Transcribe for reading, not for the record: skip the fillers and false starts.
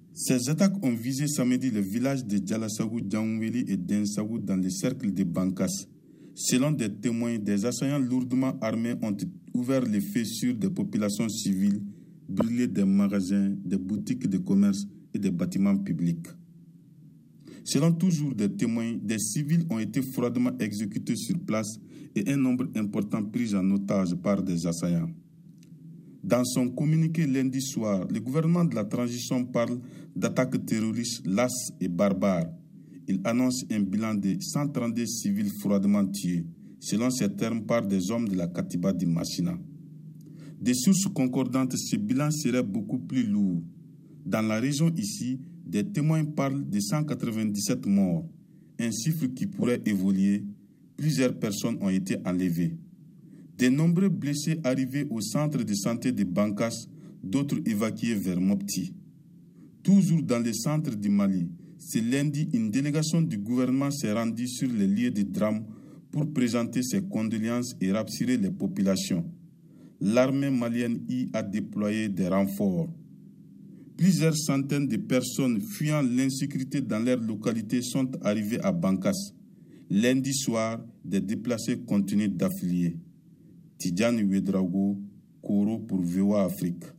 Ces attaques ont visé samedi le village de Djalassagou, Djangoumeli et Densagou dans le cercle de Bankas. Selon des témoins, des assaillants lourdement armés ont ouvert le feu sur des populations civiles, brûlé des magasins, des boutiques de commerce et des bâtiments publics. Selon toujours des témoins, des civils ont été froidement exécutés sur place et un nombre important pris en otage par des assaillants. Dans son communiqué lundi soir, le gouvernement de la transition parle d'attaques terroristes lasses et barbares. Il annonce un bilan de 132 civils froidement tués, selon ses termes par des hommes de la Katiba de Machina. Des sources concordantes, ce bilan serait beaucoup plus lourd. Dans la région ici, des témoins parlent de 197 morts, un chiffre qui pourrait évoluer. Plusieurs personnes ont été enlevées. De nombreux blessés arrivés au centre de santé de Bankas, d'autres évacués vers Mopti. Toujours dans le centre du Mali, ce lundi, une délégation du gouvernement s'est rendue sur les lieux de drame pour présenter ses condoléances et rassurer les populations. L'armée malienne y a déployé des renforts. Plusieurs centaines de personnes fuyant l'insécurité dans leur localité sont arrivées à Bankas. Lundi soir, des déplacés continuent d'affilier. Tidjane Ouedraogo, Koro pour VOA Afrique.